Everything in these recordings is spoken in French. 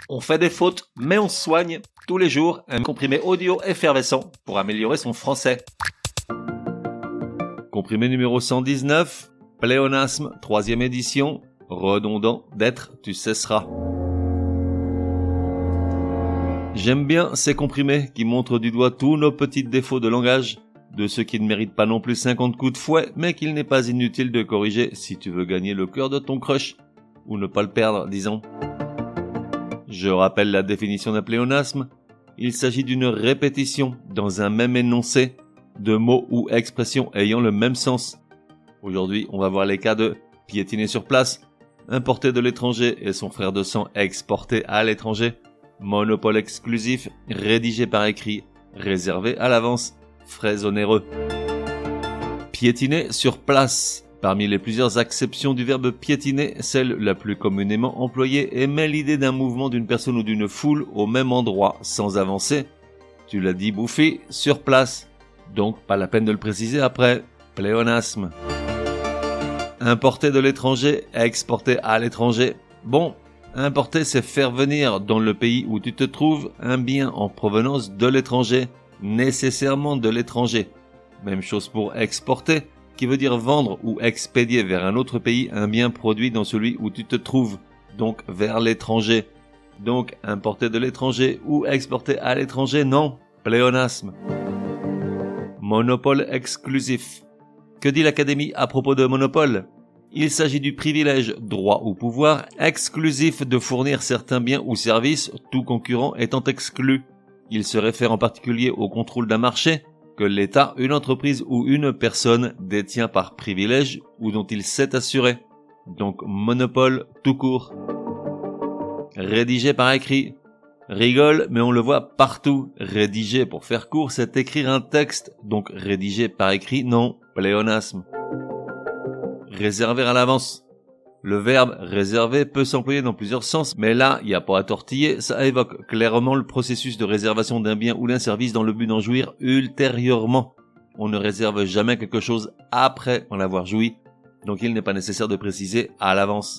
On fait des fautes, mais on soigne tous les jours un comprimé audio effervescent pour améliorer son français. Comprimé numéro 119, pléonasme, 3e édition, redondant d'être, tu cesseras. J'aime bien ces comprimés qui montrent du doigt tous nos petits défauts de langage, de ceux qui ne méritent pas non plus 50 coups de fouet, mais qu'il n'est pas inutile de corriger si tu veux gagner le cœur de ton crush, ou ne pas le perdre, disons. Je rappelle la définition d'un pléonasme. Il s'agit d'une répétition dans un même énoncé de mots ou expressions ayant le même sens. Aujourd'hui, on va voir les cas de piétiner sur place, importé de l'étranger et son frère de sang exporté à l'étranger, monopole exclusif, rédigé par écrit, réservé à l'avance, frais onéreux. Piétiner sur place. Parmi les plusieurs acceptions du verbe piétiner, celle la plus communément employée émet l'idée d'un mouvement d'une personne ou d'une foule au même endroit, sans avancer. Tu l'as dit, Bouffi, sur place. Donc, pas la peine de le préciser après. Pléonasme. Importer de l'étranger, exporter à l'étranger. Bon, importer, c'est faire venir dans le pays où tu te trouves un bien en provenance de l'étranger, nécessairement de l'étranger. Même chose pour exporter, qui veut dire vendre ou expédier vers un autre pays un bien produit dans celui où tu te trouves, donc vers l'étranger. Donc, importer de l'étranger ou exporter à l'étranger, non, pléonasme. Monopole exclusif. Que dit l'Académie à propos de monopole ? Il s'agit du privilège, droit ou pouvoir exclusif de fournir certains biens ou services, tout concurrent étant exclu. Il se réfère en particulier au contrôle d'un marché, que l'État, une entreprise ou une personne détient par privilège ou dont il s'est assuré. Donc monopole tout court. Rédigé par écrit. Rigole, mais on le voit partout. Rédiger, pour faire court, c'est écrire un texte. Donc rédigé par écrit, non, pléonasme. Réserver à l'avance. Le verbe réserver peut s'employer dans plusieurs sens, mais là, il n'y a pas à tortiller, ça évoque clairement le processus de réservation d'un bien ou d'un service dans le but d'en jouir ultérieurement. On ne réserve jamais quelque chose après en avoir joui, donc il n'est pas nécessaire de préciser à l'avance.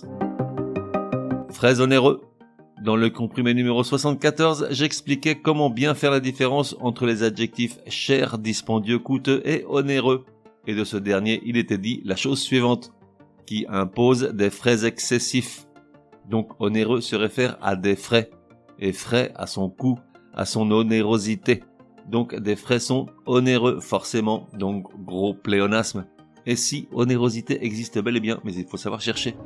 Frais onéreux. Dans le comprimé numéro 74, j'expliquais comment bien faire la différence entre les adjectifs cher, dispendieux, coûteux et onéreux. Et de ce dernier, il était dit la chose suivante, qui impose des frais excessifs. Donc onéreux se réfère à des frais, et frais à son coût, à son onérosité. Donc des frais sont onéreux forcément, donc gros pléonasme. Et si onérosité existe bel et bien, mais il faut savoir chercher.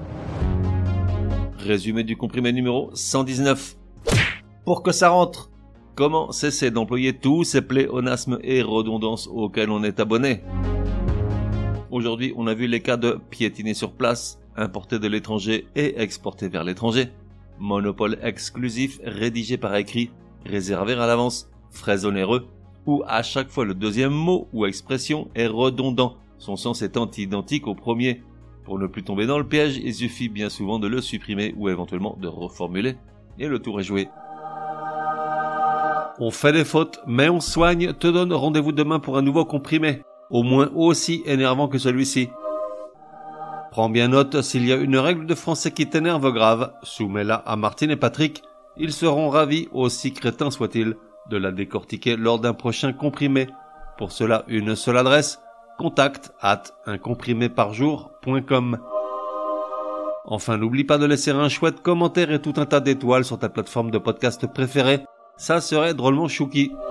Résumé du comprimé numéro 119. Pour que ça rentre, comment cesser d'employer tous ces pléonasmes et redondances auxquels on est abonné ? Aujourd'hui, on a vu les cas de piétiner sur place, importer de l'étranger et exporter vers l'étranger, monopole exclusif, rédigé par écrit, réservé à l'avance, frais onéreux, où à chaque fois le deuxième mot ou expression est redondant, son sens étant identique au premier. Pour ne plus tomber dans le piège, il suffit bien souvent de le supprimer ou éventuellement de reformuler, et le tour est joué. On fait des fautes, mais on soigne, te donne rendez-vous demain pour un nouveau comprimé. Au moins aussi énervant que celui-ci. Prends bien note, s'il y a une règle de français qui t'énerve grave, soumets-la à Martine et Patrick, ils seront ravis, aussi crétins soient-ils, de la décortiquer lors d'un prochain comprimé. Pour cela, une seule adresse, contact@uncompriméparjour.com. Enfin, n'oublie pas de laisser un chouette commentaire et tout un tas d'étoiles sur ta plateforme de podcast préférée, ça serait drôlement chouki.